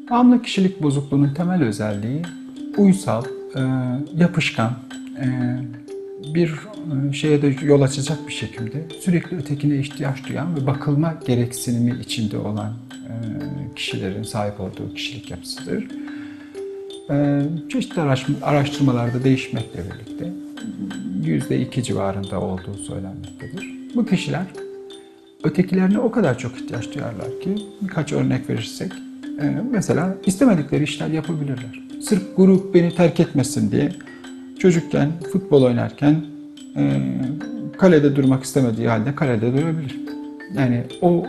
Bağımlı kişilik bozukluğunun temel özelliği uysal, yapışkan, bir şeye de yol açacak bir şekilde sürekli ötekine ihtiyaç duyan ve bakılma gereksinimi içinde olan kişilerin sahip olduğu kişilik yapısıdır. Çeşitli araştırmalarda değişmekle birlikte %2 civarında olduğu söylenmektedir. Bu kişiler ötekilerine o kadar çok ihtiyaç duyarlar ki birkaç örnek verirsek, mesela istemedikleri işler yapabilirler. Sırf grup beni terk etmesin diye çocukken futbol oynarken kalede durmak istemediği halde kalede durabilir. Yani o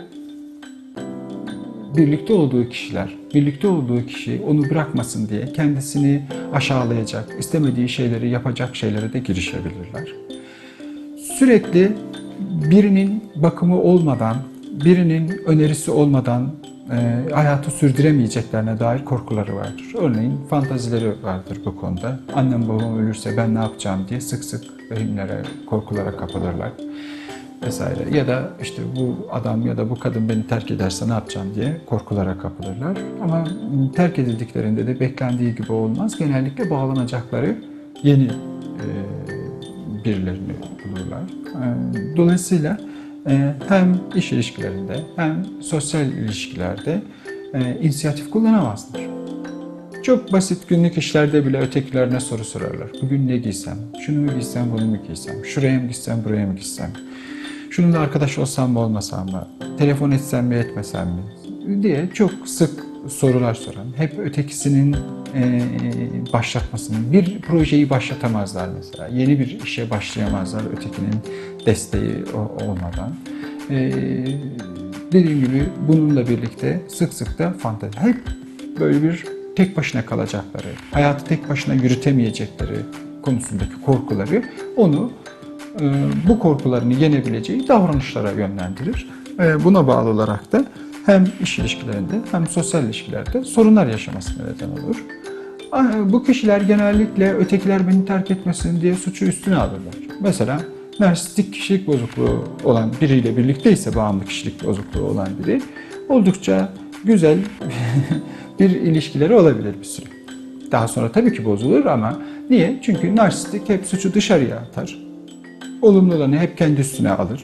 birlikte olduğu kişiler, birlikte olduğu kişi onu bırakmasın diye kendisini aşağılayacak, istemediği şeyleri yapacak şeylere de girişebilirler. Sürekli birinin bakımı olmadan, birinin önerisi olmadan hayatı sürdüremeyeceklerine dair korkuları vardır. Örneğin fantazileri vardır bu konuda. Annem babam ölürse ben ne yapacağım diye sık sık vehimlere, korkulara kapılırlar vesaire. Ya da işte bu adam ya da bu kadın beni terk ederse ne yapacağım diye korkulara kapılırlar. Ama terk edildiklerinde de beklendiği gibi olmaz. Genellikle bağlanacakları yeni birilerini bulurlar. Dolayısıyla hem iş ilişkilerinde hem sosyal ilişkilerde inisiyatif kullanamazlar. Çok basit günlük işlerde bile ötekilerine soru sorarlar. Bugün ne giysem, şunu mu giysem, bunu mu giysem, şuraya mı gitsem, buraya mı gitsem, şununla arkadaş olsam mı olmasam mı, telefon etsem mi etmesem mi diye çok sık sorular soran, hep ötekisinin başlatmasını, bir projeyi başlatamazlar mesela, yeni bir işe başlayamazlar ötekinin desteği olmadan. Dediğim gibi bununla birlikte sık sık da fantezi, hep böyle bir tek başına kalacakları, hayatı tek başına yürütemeyecekleri konusundaki korkuları onu bu korkularını yenebileceği davranışlara yönlendirir. Buna bağlı olarak da hem iş ilişkilerinde hem sosyal ilişkilerde sorunlar yaşamasına neden olur. Bu kişiler genellikle ötekiler beni terk etmesin diye suçu üstüne alırlar. Mesela narsistik kişilik bozukluğu olan biriyle birlikteyse, bağımlı kişilik bozukluğu olan biri, oldukça güzel bir ilişkileri olabilir bir süre. Daha sonra tabii ki bozulur ama niye? Çünkü narsistik hep suçu dışarıya atar. Olumlu olanı hep kendi üstüne alır.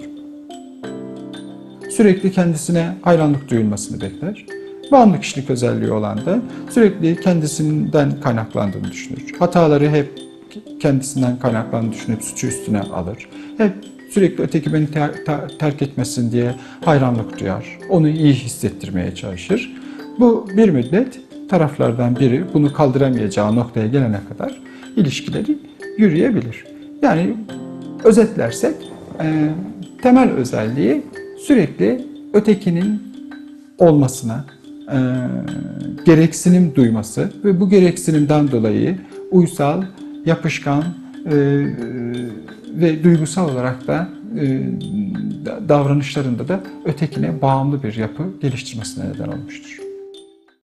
Sürekli kendisine hayranlık duyulmasını bekler. Bağımlı kişilik özelliği olan da sürekli kendisinden kaynaklandığını düşünür. Hataları hep kendisinden kaynaklandığını düşünüp suçu üstüne alır. Hep sürekli öteki beni terk etmesin diye hayranlık duyar. Onu iyi hissettirmeye çalışır. Bu bir müddet taraflardan biri bunu kaldıramayacağı noktaya gelene kadar ilişkileri yürüyebilir. Yani özetlersek temel özelliği sürekli ötekinin olmasına gereksinim duyması ve bu gereksinimden dolayı uysal, yapışkan ve duygusal olarak da davranışlarında da ötekine bağımlı bir yapı geliştirmesine neden olmuştur.